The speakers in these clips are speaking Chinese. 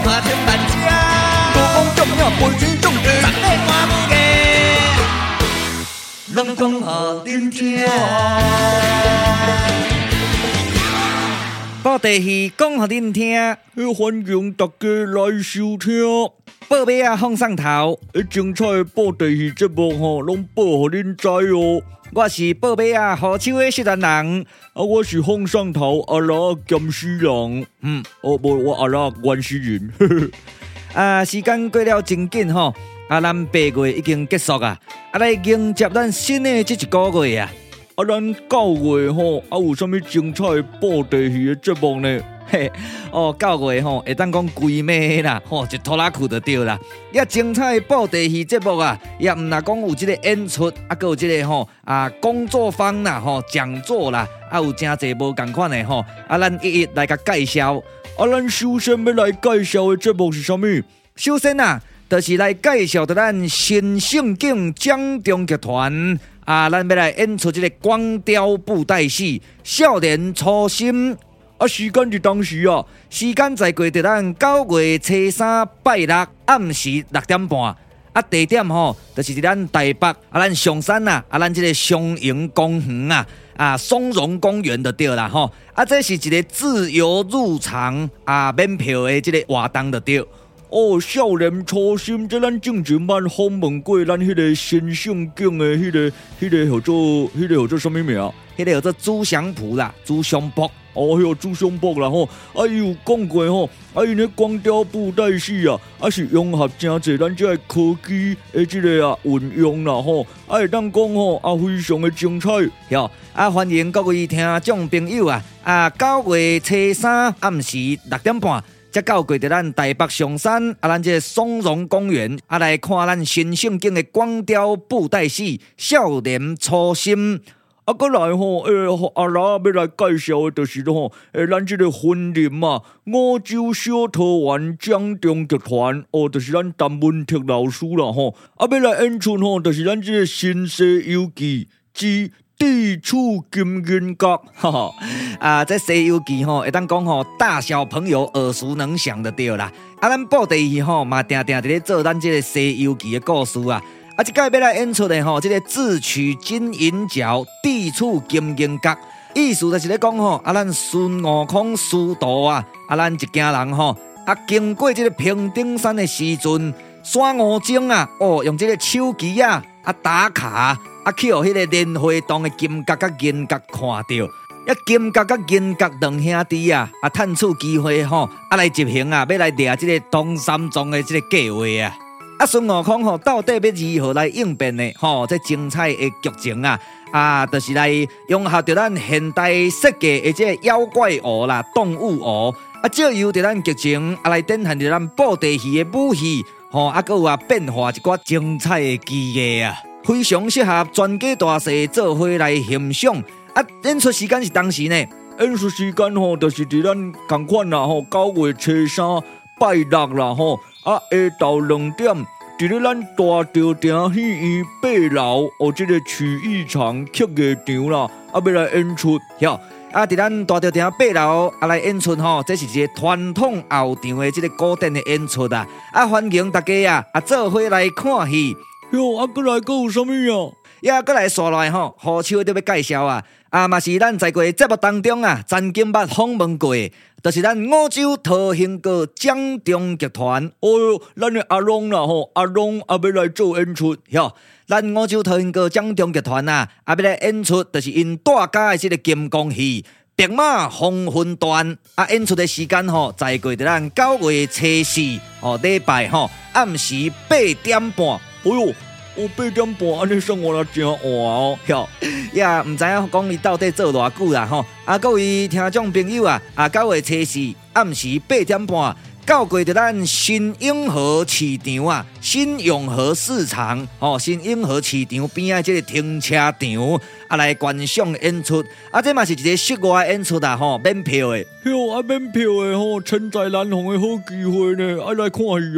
花千万只， 多讲重要陪钱种地， 十个花母个，拢讲予恁听。报地戏讲予恁听， 欢迎大家来收听。 报尾啊放上头， 精彩的报地戏节目吼，拢报予恁知哦。 我是报尾啊好手的实战人， 我是放上头阿拉监视人，我阿拉关系人。 时间过了真紧吼，咱8月已经结束啊，来迎接咱新的这一个月啊。 咱9月吼，有啥物精彩的报地戏的节目呢 ？9月吼，会当讲规暝啦，一拖拉裤就对啦。也精彩的报地戏节目啊，也毋若讲有这个演出，还有这个工作坊啦，讲座啦，有真侪无同款的吼，咱一一来甲介绍。 咱首先要来介绍的节目是啥物？ 首先啊，就是来介绍到咱新盛景蒋中剧团。咱要来演出这个光雕布袋戏《少年初心》。 时间是当时啊， 时间在过伫咱9月初3拜六暗时6点半。地点就是伫咱台北咱上山咱这个双营公园松荣公园就对啦这是一个自由入场免票的这个活动就对。 少年初心，这咱正前捌访问过咱迄个新盛景的迄个叫做什么名？ 迄个叫做朱祥璞啦，朱祥博。 迄个朱祥博啦伊有讲过因迄光雕布袋戏是融合真侪咱这个科技的这个运用啦会当讲非常的精彩。 欢迎各位听众朋友9月初3暗时6点半。才到过伫咱台北上山咱这个松荣公园来看咱新盛景的光雕布袋戏《少年初心》。过来阿拉要来介绍的就是咱这个婚林五洲小桃园蒋中剧团就是咱陈文택老师啦要来演出就是咱这个新西游记之地处金银阁，这《西游记》会当讲大小朋友耳熟能详的对啦。咱报地戏嘛，定定伫咧做咱这个《西游记》的故事这届要来演出的这个智取金银角，地处金银阁，意思就是咧讲咱孙悟空师徒咱一家人经过这个平顶山的时阵，山五精用这个手机打卡。去互迄个莲花洞的金角甲银角看到，金角甲银角两兄弟趁此机会来执行要来掠这个东山庄的这个计划孙悟空到底要如何来应变呢？这精彩的剧情就是来融合到咱现代设计的这个妖怪舞啦、动物舞借由到咱剧情来展现到咱布袋戏的武戏还有变化一寡精彩的技艺非常适合全家大细做伙来欣赏演出时间是当时呢？ 演出时间就是伫咱同款啦9月初3拜六啦下昼2点，伫咧咱大稻埕戏院8楼这个曲艺场曲艺场啦要来演出伫咱大稻埕8楼来演出这是一个传统后场的这个古典的演出欢迎大家做伙来看戏。 过来还有啥物过来刷来好手就要介绍嘛是咱在过节目当中曾经捌访问过的，就是咱五洲桃兴阁蒋中剧团。 咱的阿龙啦阿龙要来做演出咱五洲桃兴阁蒋中剧团要来演出，就是因大家的这个金光戏白马红魂段演出的时间在过伫咱9月初4礼拜暗时8点半。 8点半安尼生活了真晚唔知影讲伊到底做偌久啦各位听众朋友9月初4暗时8点半到过伫咱新永和市场新永和市场新永和市场边仔这个停车场来观赏演出这嘛是一个室外演出免票的免票的千载难逢的好机会呢来看戏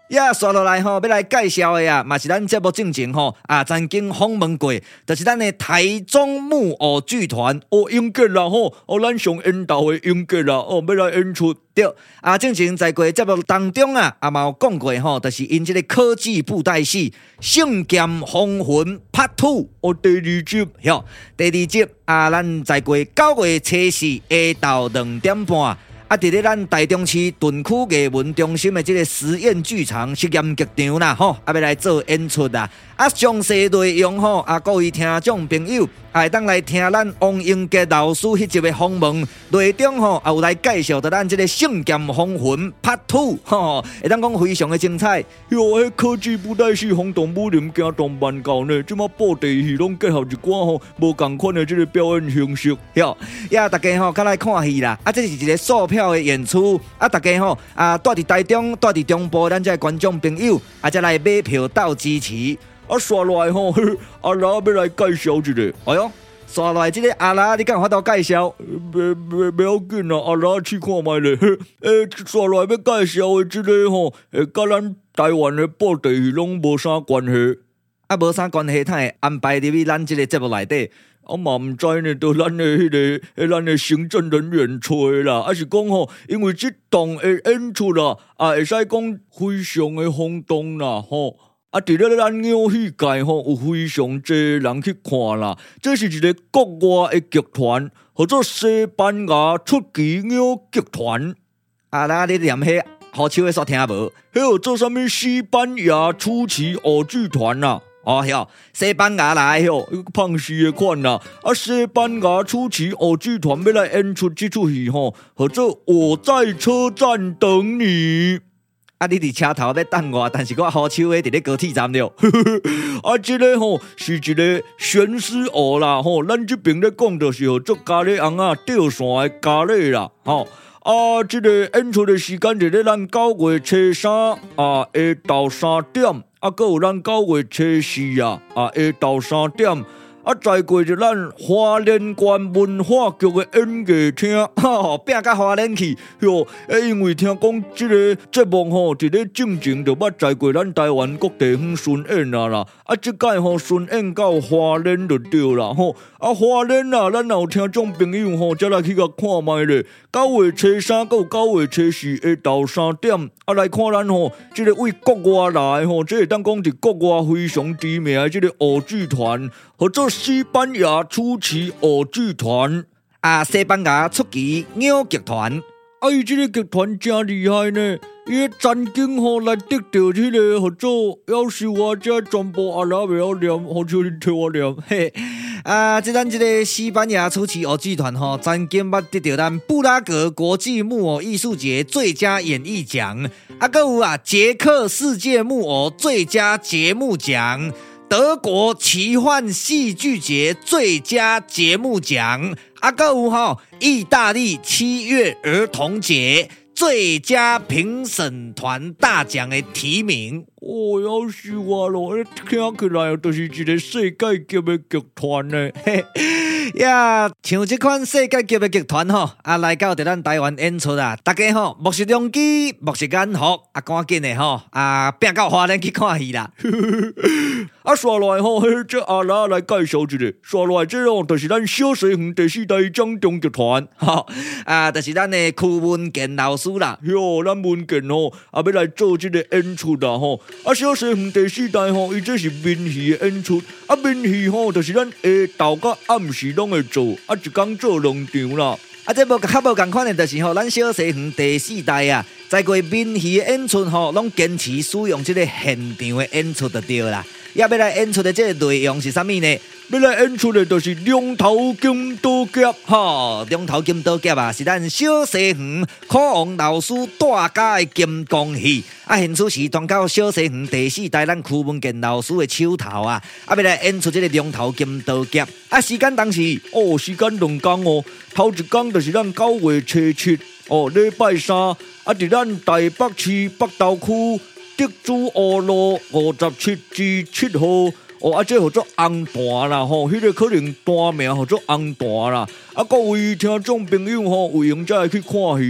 呀，刷落来要来介绍的啊，嘛是咱节目进前曾经访问过，就是咱的台中木偶剧团英杰啦咱上演到的英杰啦要来演出。对进前在过节目当中嘛有讲过就是因这个科技布袋戏《圣剑风魂 Part 2》第二集第二集咱在过9月初4下昼2点半。伫咧咱台中市屯区艺文中心的这个实验剧场实验剧场啦，要来做演出啦。详细内容各位听众朋友会当来听咱王英杰老师迄集的访问，内中也有来介绍到咱这个《圣剑风魂 Part 2》会当讲非常的精彩。 迄科技布袋戏轰动武林行动漫教呢，即马布袋戏拢结合一寡无共款的这个表演形式。 大家较来看戏啦，这是一个售票的演出，大家住伫台中、住伫中部，咱这观众朋友才来买票到支持。 刷落来阿拉要来介绍一个。 哎哟，刷落来这个阿拉，你敢有法度介绍？ 不要紧啊，阿拉去看卖咧。刷落来要介绍的这个甲咱台湾的布袋戏拢无啥关系。 无啥关系，他会安排入去咱这个节目内底。 嘛唔知呢，就咱的咱的行政人员吹啦，是讲因为这档的演出啦，会使讲非常的轰动啦，伫咧咱鸟戏界有非常侪人去看啦。这是一个国外的剧团，叫做西班牙出奇鸟剧团。 你念迄好手的煞听无？ 迄做啥物西班牙出奇偶剧团啦？ 西班牙来胖戏的款啦。西班牙出奇偶剧团要来演出这出戏叫做《我在车站等你》。 你伫车头在等我，但是我好手的伫咧高铁站了。 这个是一个悬丝偶啦，咱这边咧讲就是做咖喱红吊线的咖喱啦，这个演出的时间就咧咱9月初3下昼3点，还有咱9月初4下晝3点。再过就咱花莲县文化局的演艺厅， 拼到花莲去因为听讲这个节目伫咧进前就捌再过咱台湾各地方巡演啦，这届巡演到花莲就对啦花莲咱有听众朋友才来去甲看卖咧。9月初3到9月初4下昼3点，来看咱这个为国外来这会当讲是国外非常知名的这个偶剧团，叫做西班牙出奇偶剧团西班牙出奇鸟剧团。 伊这个剧团真厉害呢，伊曾经来得到迄个合作，要是我这全部阿拉袂晓念，好像你替我念。 咱这个西班牙出奇偶剧团曾经捌得到咱布拉格国际木偶艺术节最佳演艺奖，还有捷克世界木偶最佳节目奖。德国奇幻戏剧节最佳节目奖，还有意大利7月儿童节最佳评审团大奖的提名。 要是我咯，听起来就是一个世界级的剧团呢。 像这款世界级的剧团来到咱台湾演出啦，大家莫是中机，莫是眼福，赶紧的拼到花莲去看戏啦。 刷来这阿拉来介绍一个，刷来这就是咱小西园第4代掌中剧团， 就是咱的曲文健老师啦。 咱文健要来做这个演出啦小西园第4代伊这是民戏的演出，民戏就是咱下昼甲暗时拢会做，一天做2场啦。 这较无同款的，就是咱小西园第4代在过民戏的演出拢坚持使用这个现场的演出就对啦。要来演出的这个内容是啥物呢？ 要来演出的就是龙头金刀夹， 龙头金刀夹是咱小西园苦王老师带家的金刚戏。现此时传到小西园第4代咱曲文健老师的手头要来演出这个龙头金刀夹。时间当时时间2天头一天就是咱9月初7礼拜3伫咱台北市北投区德珠湖路57至7號這叫做紅壇啦迄個可能單名叫做紅壇啦各位聽眾朋友會用再來去看戲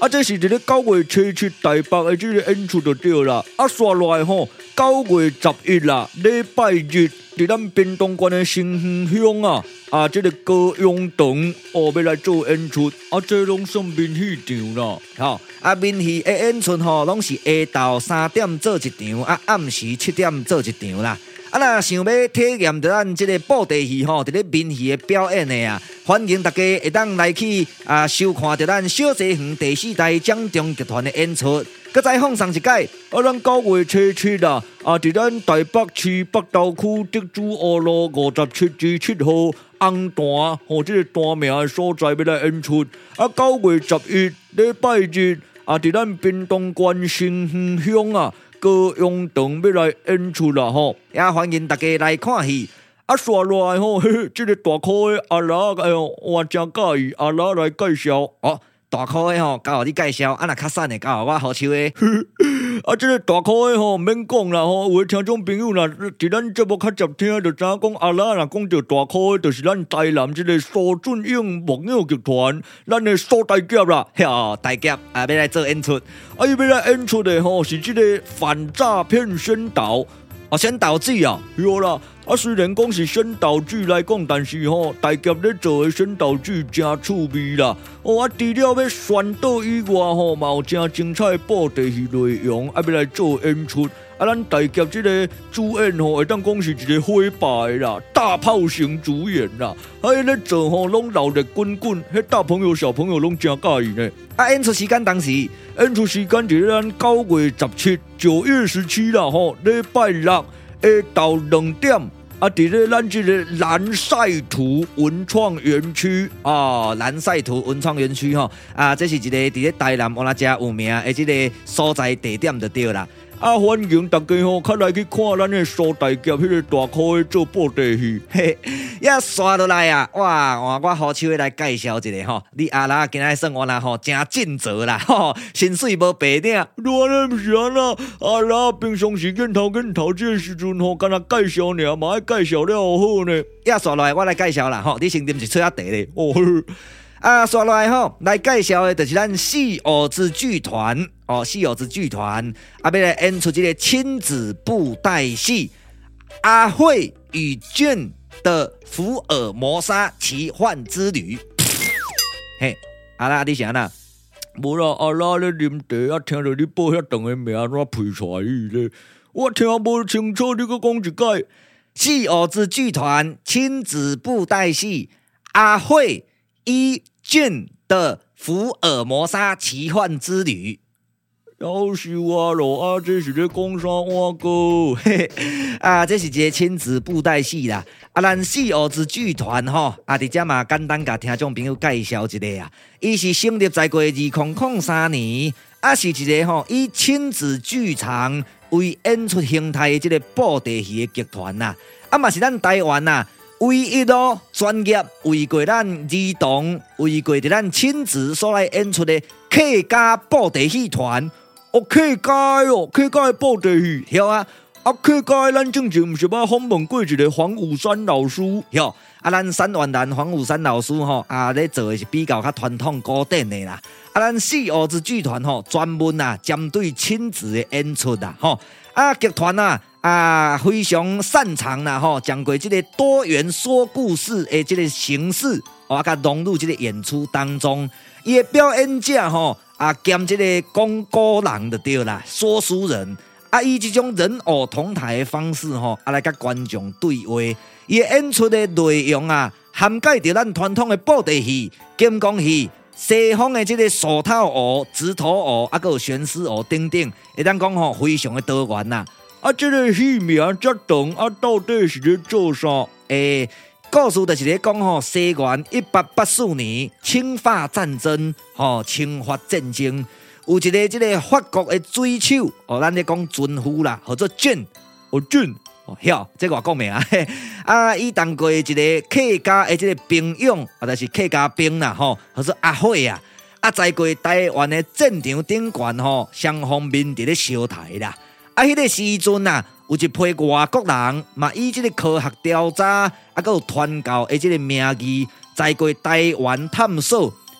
这是一个9月初7台北的这个演出就对啦。刷落来吼，9月11啦，礼拜日，伫咱屏东县的新园乡这个高雄堂要来做演出，这拢算明戏场啦。 好，明戏的演出吼，拢是下昼3点做一场，暗时7点做一场啦。若想要体验到咱这个布袋戏吼，伫咧明戏的表演的欢迎大家会当来去收看到咱小西园第4代掌中剧团的演出。搁再放上一届， 咱9月初7啦，伫咱台北市北投区德珠湖路57至7號红壇这个大名的所在要来演出。9月11礼拜日，伫咱屏东县新园乡高雄堂要来演出啦吼， 也欢迎大家来看戏。 刷落来吼，这个大颗的阿拉，我真介意阿拉来介绍大颗的吼，交互你介绍；若较瘦的交互我好笑的。 这个大颗的吼，免讲啦吼，有的听众朋友啦，伫咱节目较接听，就知影讲阿拉若讲到大颗的，就是咱台南这个苏俊英木偶剧团，咱的苏大杰啦， 大杰要来做演出。 伊要来演出的吼，是这个反诈骗宣导。 宣导剧有啦。虽然讲是宣导剧来讲，但是大家咧做的宣导剧真趣味啦。除了要宣导以外嘛有真精彩的布袋戏内容，要来做演出。咱大家这个主演会当讲是一个火把啦，大炮型主演啦。咧做拢老力滚滚，大朋友小朋友拢真介意呢。 演出时间当时， 演出时间就是咱9月17、9月17啦礼拜六下昼2点。伫咧咱这个蓝晒图文创园区蓝晒图文创园区这是一个伫咧台南我遮有名的这个所在地点就对啦。 欢迎大家较来去看咱的苏大杰迄个大颗的做布袋戏。 刷落来哇！我好笑的来介绍一下你阿拉今仔算我啦真尽责啦薪水无白领。 我咧不是安那，阿拉平常时间头这个时阵敢若介绍尔，嘛爱介绍了好呢。 刷落来我来介绍啦你先啉一喙茶咧。刷落来来介绍的就是咱四偶子剧团四偶子剧团要来演出这个亲子布袋戏《阿慧与俊的福尔摩沙奇幻之旅》。阿拉你想哪？ 无啦，阿拉咧啉茶听到你报遐长的名，怎配出来咧？我听无清楚，你搁讲一解。 四偶子剧团亲子布袋戏《阿慧与俊的福尔摩沙奇幻之旅》。 夭寿咯这是咧讲啥话个？ 这是一个亲子布袋戏啦。咱四偶子剧团伫遮嘛简单甲听众朋友介绍一下伊是成立在过2003年，是一个以亲子剧场为演出形态的这个布袋戏的剧团啦。嘛是咱台湾唯一专业为过咱儿童、为过咱亲子所来演出的客家布袋戏团。客家的布袋戏，客家的咱正前毋是捌访问过一个黄武山老师，咱三万人黄武山老师咧做的是比较较传统古典的啦。咱四偶子剧团专门针对亲子的演出啦，剧团非常擅长啦将过这个多元说故事的这个形式甲融入这个演出当中。伊的表演者兼这个讲古人就对啦，说书人以这种人偶同台的方式来甲观众对话。伊的演出的内容涵盖着咱传统的布袋戏、金光戏、西方的这个手套偶、直头偶还有悬丝偶等等，会当讲非常的多元啦。 这个戏名这长到底是咧做啥？ 故事就是咧讲西元1884年清法战争清法战争，有一个这个法国的水手咱咧讲军夫啦，叫做俊这外国名伊当过一个客家的这个兵勇就是客家兵啦叫做阿慧在过台湾的战场顶悬双方面伫咧相台啦。迄个时阵有一批外国人嘛以这个科学调查有传教的这个名义，在过台湾探索，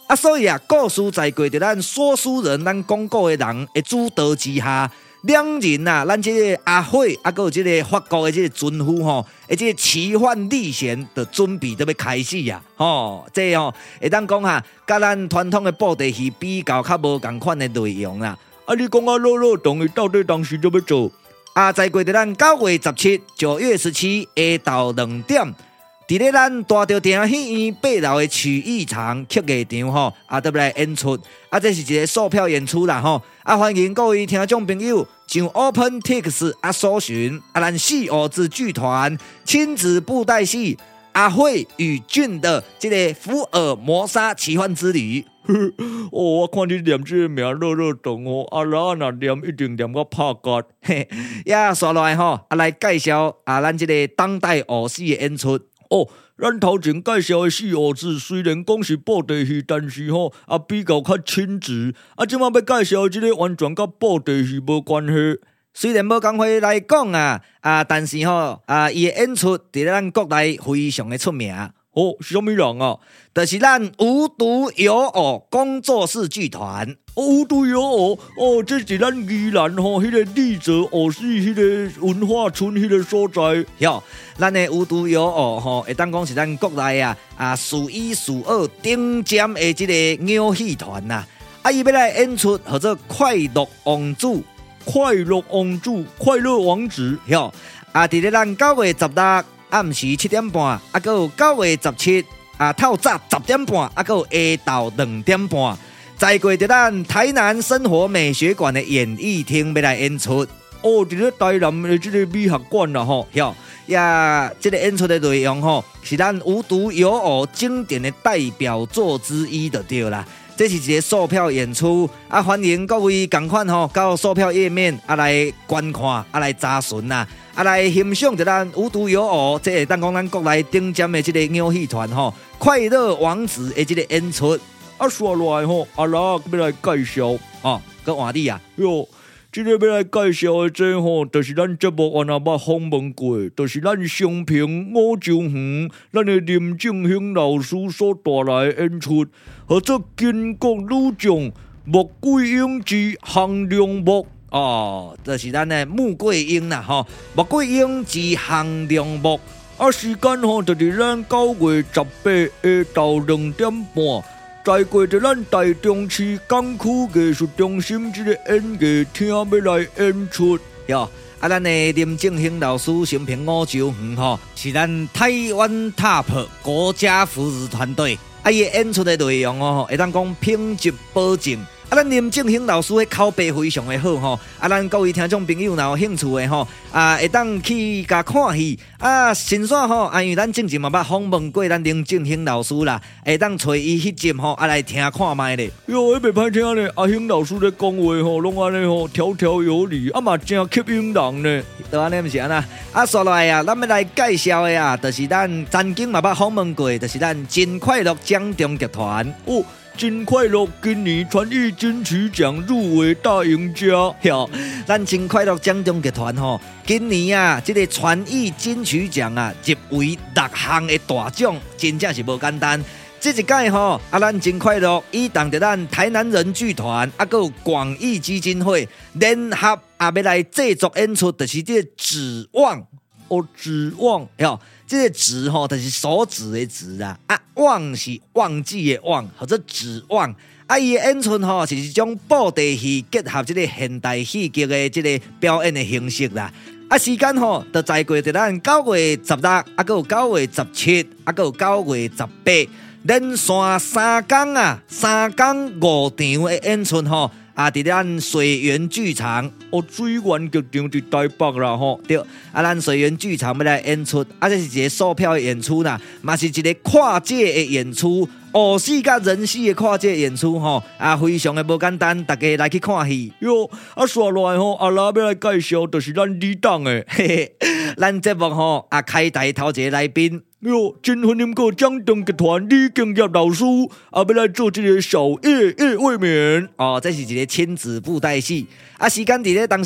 所以故事在过伫咱说书人、咱讲故的人的主导之下，两人咱这个阿慧，还有这个法国的这个尊夫这个奇幻历险的准备都要开始这会当讲甲咱传统的布袋戏比较无同款的内容啦。 你讲乐乐堂的到底当时怎么做？ 在过伫咱9月17、9月17下昼2点。伫咧咱大稻埕戏院8楼的曲艺场曲艺场都要来演出这是一个售票演出啦欢迎各位听众朋友上 OpenTix 搜寻咱四五子剧团亲子布袋戏阿慧与俊的这个福尔摩沙奇幻之旅。 我看你念这个名乐乐堂阿拉若念一定念到拍角。 刷落来来介绍咱这个当代偶戏的演出。 咱头前介绍的四五子虽然讲是布袋戏，但是比较较亲子。即马要介绍这个完全甲布袋戏无关系。 虽然无讲话来讲但是伊的演出伫咱国内非常的出名。 是啥物人啊？ 就是咱无独有偶工作室剧团。 无独有偶这是咱宜兰迄个立泽偶戏迄个文化村迄个所在。 咱的无独有偶会当讲是咱国内数一数二顶尖的这个鸟戏团呐。伊要来演出叫做快乐王子。 快乐王子，快乐王子。 伫咧咱9月16暗时7点半，还有9月17透早10点半，还有下昼2点半，再过伫咱台南生活美学馆的演艺厅要来演出。 伫咧台南的这个美学馆啦这个演出的内容是咱无独有偶经典的代表作之一就对啦。这是一个售票演出欢迎各位同款到售票页面来观看来查询来欣赏着咱无独有偶，这会当讲咱国内顶尖的这个鸟戏团快乐王子的这个演出。 刷落来阿拉要来介绍搁换你这个要来介绍的这就是咱节目原来捌访问过，就是咱商平五洲园咱的林正兴老师所带来的演出，叫做《巾帼女将穆桂英之项梁木》 就是咱的穆桂英啦穆桂英之项梁木时间就是咱9月18下昼2点半。再过伫咱台中市港区艺术中心这个演艺厅要来演出咱的林正兴老师生平五洲园是咱台湾 TOP 国家扶持团队伊的演出的内容会当讲品质保证咱林正兴老师的口碑非常的好咱各位听众朋友若有兴趣的会当去甲看戏先线因为咱之前嘛捌访问过咱林正兴老师啦，会当找伊迄集来听看卖咧。 迄袂歹听咧，阿兴老师咧讲话拢安尼条条有理，嘛真吸引人呢。 都安尼毋是安那刷来咱要来介绍的就是咱曾经嘛捌访问过，就是咱真快乐奖中剧团真快乐今年传艺金曲奖入围大赢家咱真快乐奖中剧团今年这个传艺金曲奖入围6项的大奖，真正是无简单。这一届咱真快乐以同着咱台南人剧团还有广义基金会联合要来制作演出，就是这个指望指望这个指就是手指的指望是忘记的忘，或者指望伊的演出是一种布袋戏结合这个现代戏剧的这个表演的形式啦。时间就在过伫咱9月16，还有9月17，还有9月18，连续3天3天5场的演出伫咱水源剧场水源剧场伫台北啦对咱水源剧场要来演出这是一个售票的演出啦，嘛是一个跨界的演出，偶戏甲人戏的跨界演出非常的无简单，大家来去看戏刷落来阿拉要来介绍就是咱李党的咱节目开台头一个来宾真欢迎过奖中剧团李敬业老师要来做这个小夜夜未眠这是一个亲子布袋戏时间伫咧当时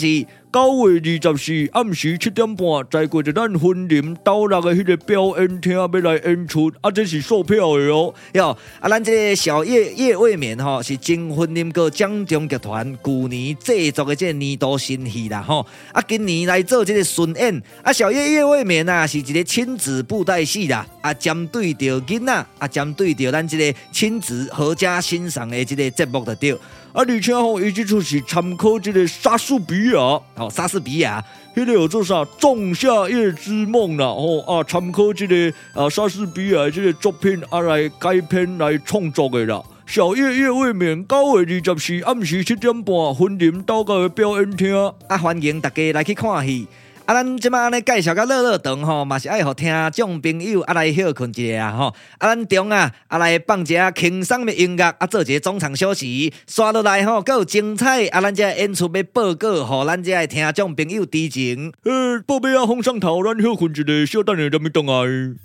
9月24暗时7点半，再过着咱婚林斗六的迄个表演厅要来演出，这是售票的哦。 哟，咱这个小夜未眠吼，是金婚林个蒋中剧团去年制作的这个年度新戏啦吼。今年来做这个巡演，小夜未眠是一个亲子布袋戏啦，针对着囡仔，针对着咱这个亲子合家欣赏的这个节目就对。 而且伊这出是参考这个莎士比亚， 莎士比亚， 迄个有做啥《仲夏夜之梦》啦，参考这个莎士比亚这个作品来改编来创作的啦。小夜未眠9月24暗时7点半，婚林斗六的表演厅， 欢迎大家来去看戏。咱即摆安尼介绍到乐长吼，嘛是爱互听众朋友来休困一下吼。咱中来放一下轻松的音乐，做一个中场休息。刷落来吼，更有精彩咱这演出要报告，互咱这听众朋友知情。 宝贝放上头，咱休困一下，小等下就咪动来。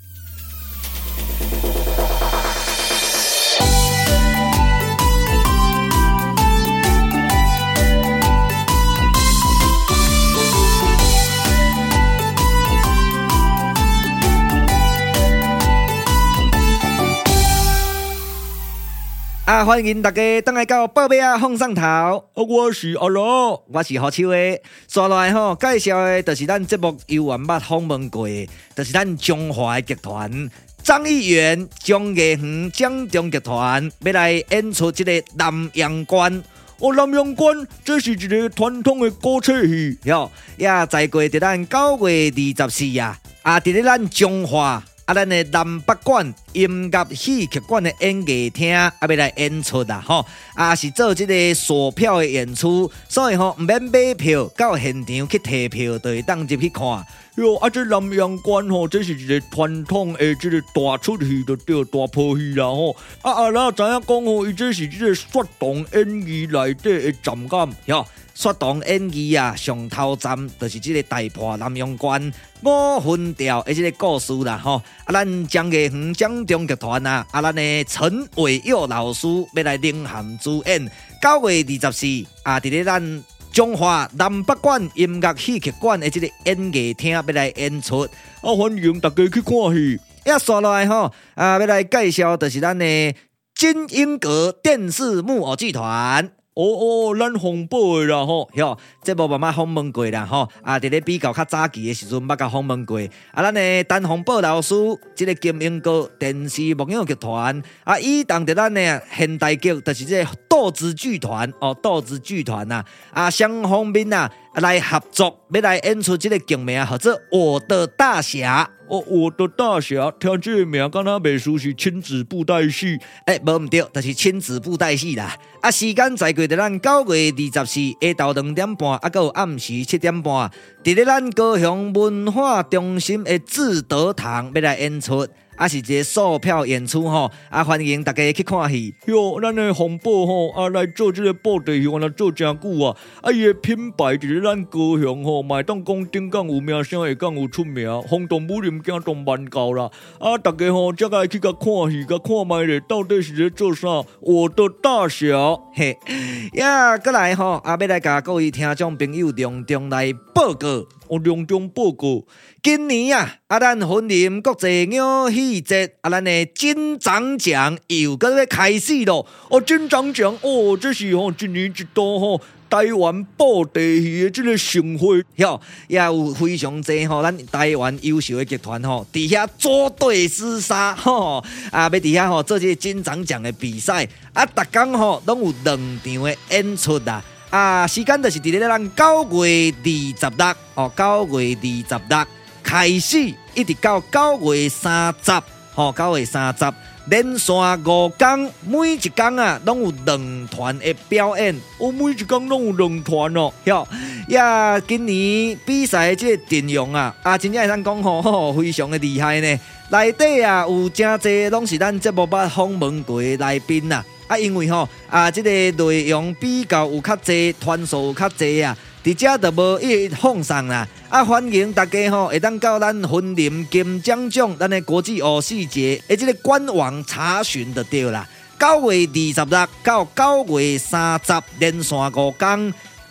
欢迎大家回来到宝贝放上头。 我是阿乐， 我是何秋的。刷来吼，介绍的就是咱节目游玩捌访问过的，就是咱中华的剧团张议员、江艺园、蒋中剧团要来演出这个南洋关。 南洋关这是一个传统的古册戏， 也在过伫咱9月24伫咧咱中华。咱的南北馆音乐戏剧馆的演艺厅要来演出吼，是做这个售票的演出，所以唔免买票，到现场去摕票，就会当入去看。 这南洋关这是一个传统的这个大出戏，就叫大破戏啦吼。咱知影讲伊这是这个雪堂演艺内底的站感， 雪堂演艺上头站就是这个大破南洋关5分调的这个故事啦吼。咱江艺园蒋中剧团咱的陈伟佑老师要来领衔主演，9月24伫咧咱中华南北馆音乐戏剧馆的这个演艺厅要来演出， 欢迎大家去看戏。 刷落来吼，要来介绍就是咱的金英阁电视木偶剧团。 咱红报的啦吼， 这无慢慢访问过啦吼，伫咧比较较早期的时阵，捌甲访问过。咱的陈洪宝老师，这个金英阁电视木偶剧团，以当着咱的现代剧，就是这个豆子剧团豆子剧团双方面来合作，要来演出这个剧名，叫做《我的大侠》。 我的大侠，听这个名，敢若袂输是亲子布袋戏。 无唔对，就是亲子布袋戏啦。时间在过伫咱9月24下昼2点半，还有暗时7点半，伫咧咱高雄文化中心的志德堂要来演出。是一个售票演出吼，欢迎大家去看戏。 咱的红宝吼，来做这个布袋戏，来做真久伊的品牌伫咧咱高雄吼，嘛会当讲顶港有名声，下港有出名，轰动武林惊动万教啦。大家吼，才来去甲看戏，甲看卖咧，到底是咧做啥？我的大侠， 过来吼，要来甲各位听众朋友隆重来报告。 隆重报告， 今年咱婚林国际鸟戏节咱的金长奖又搁要开始咯。 金长奖这是一年一度台湾布袋戏的这个盛会， 也有非常多咱台湾优秀的剧团伫遐组队厮杀要伫遐做这个金长奖的比赛逐天拢有2场的演出时间就是伫咧咱9月26 9月26开始，一直到9月309月30连续5天，每一天拢有2团的表演。 每一天拢有2团哦。 今年比赛的这个阵容真正会当讲非常的厉害呢。内底有真侪拢是咱节目捌访问过的来宾因为这个内容比较有较侪，团数有较侪伫遮就无一一放送啦。欢迎大家会当到咱婚林金奖奖咱的国际偶戏节的这个官网查询就对啦。9月26到9月30连续5天，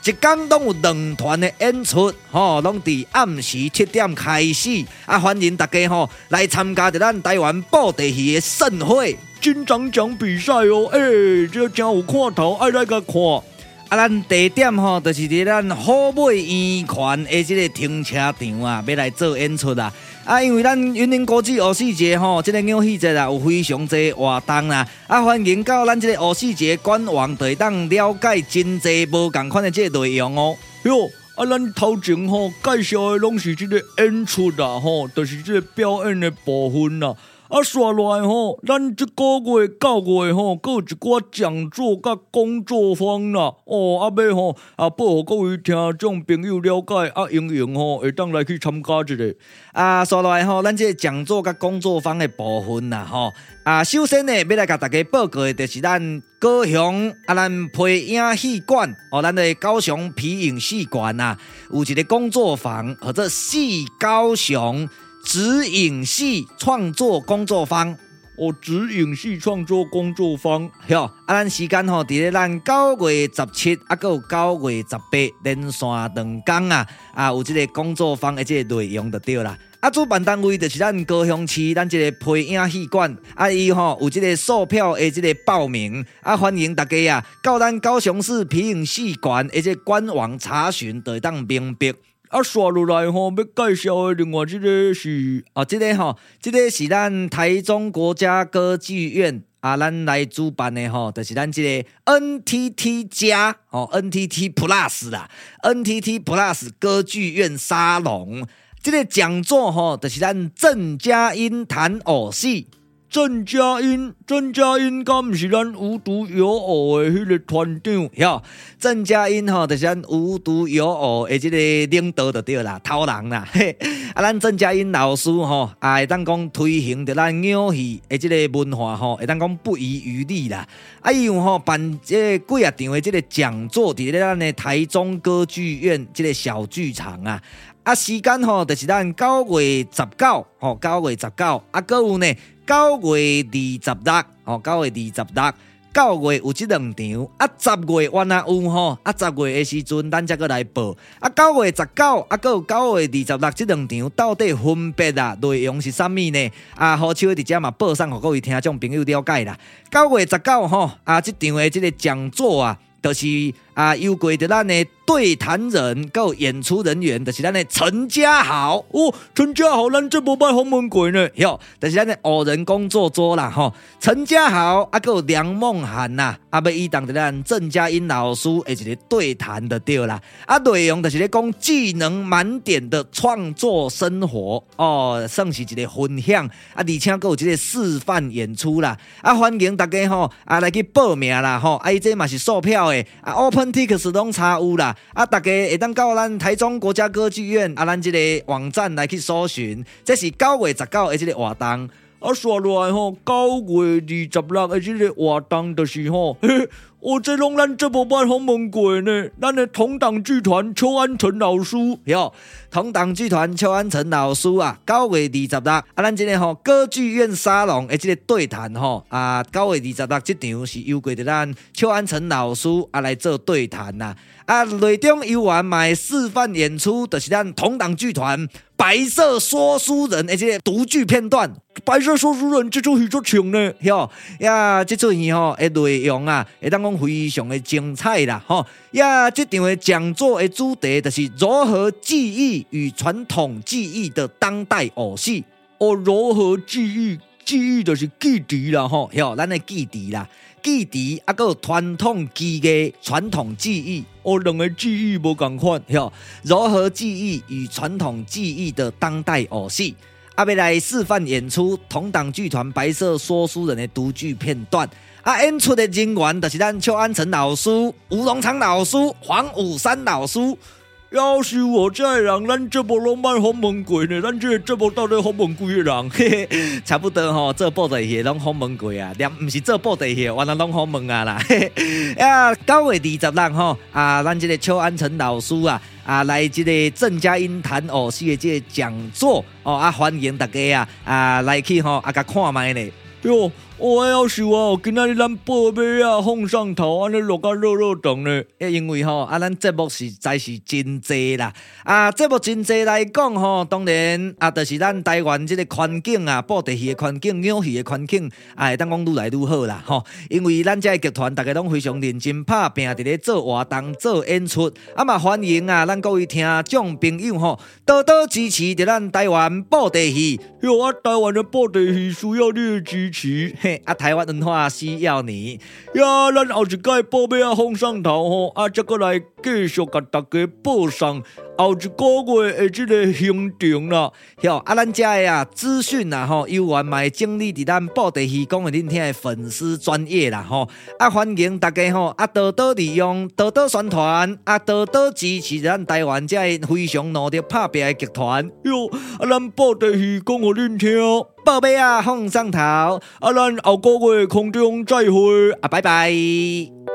一天拢有2团的演出，拢伫暗时7点开始，欢迎大家来参加咱台湾布袋戏的盛会金长奖比赛哦，这真有看头，爱来甲看。 咱地点就是伫咱好美圆环的这个停车场啊，要来做演出啦。因为咱云林国际舞狮节这个偶戏节有非常多活动啦，欢迎到咱这个舞狮节官网，就会当了解真侪无同款的这个内容哦。 哟，咱头前介绍的拢是这个演出啦，就是这个表演的部分啦。刷落来咱这个月9月还有一寡讲座甲工作坊啦，要报互各位听众朋友了解，应用会当来去参加一下。 刷落来咱这个讲座甲工作坊的部分啦，首先呢，要来甲大家报告的就是咱高雄咱皮影戏馆咱的高雄皮影戏馆啊，有一个工作坊，或者戏高雄指影戏创作工作坊， 指影戏创作工作坊， 咱时间伫咧咱9月17，还有9月18，连续2天有这个工作坊的这个内容就对啦。主办单位就是咱高雄市咱这个皮影戏馆，伊有这个售票的这个报名，欢迎大家到咱高雄市皮影戏馆的这个官网查询，就会当明白。 刷落来要介绍的另外这个是这个是咱台中国家歌剧院咱来主办的就是咱这个 NTT 加NTT Plus 啦 ，NTT Plus 歌剧院沙龙。这个讲座就是咱郑嘉英谈偶戏。 郑嘉英，敢毋是咱无独有偶的迄个团长？ 郑嘉英就是咱无独有偶的这个领导就对啦，头人啦。咱郑嘉英老师会当讲推行着咱偶戏的这个文化会当讲不遗余力啦。伊有办这几啊场的这个讲座，伫咧咱的台中歌剧院这个小剧场啊。时间就是咱9月19，9月19，还有呢9月26，9月26，9月有这2场，10月原来有10月的时阵咱才过来报，9月19，还有9月26这2场到底分别内容是啥物呢？好笑伫遮嘛报送互各位听众朋友了解啦。9月19这场的这个讲座就是邀过着咱的对谈人，有演出人员，就是咱的陈家豪陈家豪，咱这无捌访问过呢。 就是咱的偶人工作桌啦陈家豪有梁梦涵要以当着咱郑嘉英老师的一个对谈就对啦。内容就是咧讲技能满点的创作生活算是一个分享而且还有一个示范演出啦。欢迎大家来去报名啦这嘛是售票的OpenTix 拢查有啦。大家会当到咱台中国家歌剧院咱这个网站来去搜寻，这是9月19的这个活动。 刷落来9月26的这个活动就是这拢咱这无捌访问过呢。咱的同党剧团邱安成老师， 同党剧团邱安成老师9月26咱这个歌剧院沙龙的这个对谈9月26这场是邀过着咱邱安成老师来做对谈内中游玩买示范演出，就是咱同党剧团白色说书人的这个独剧片段。 白色说书人这出戏足强呢， 这出戏的内容会当讲非常的精彩啦这场的讲座的主题就是如何记忆与传统技艺的当代偶戏。 如何记忆就是记忆啦咱的记忆啦。记忆还有传统技艺、传统技艺两个记忆无同款如何记忆与传统技艺的当代偶戏要来示范演出同党剧团白色说书人的独剧片段演出的人员就是咱邱安成老师、吴荣昌老师、黄武山老师。 要是我这个人，咱这部拢捌访问过呢，咱这部到底访问几个人？ 差不多做布袋戏拢访问过不是做布袋戏，原来拢访问啦。9月26咱这个邱安成老师来这个郑嘉英谈偶戏的这个讲座欢迎大家来去甲看卖呢。 我要是啊，今仔日咱报马啊放上头，安尼落甲热热肠呢。 因为咱节目实在是真济啦，节目真济来讲当然就是咱台湾这个环境布袋戏的环境、鸟戏的环境会当讲愈来愈好啦因为咱这个剧团大家拢非常认真拍拼，伫咧做活动、做演出，嘛欢迎咱各位听众朋友多多支持着咱台湾布袋戏。 台湾的布袋戏需要你的支持。 台湾文化需要你呀！咱后一届报马啊放上头再过来继续甲大家报上后一个月的这个行程啦。 咱这的资讯由原嘛整理伫咱布袋戏讲给恁听的粉丝专页啦欢迎大家多多利用、多多宣传多多支持咱台湾这非常努力拍拼的剧团。 咱布袋戏讲给恁听， 报马啊放上头咱后个月空中再会拜拜。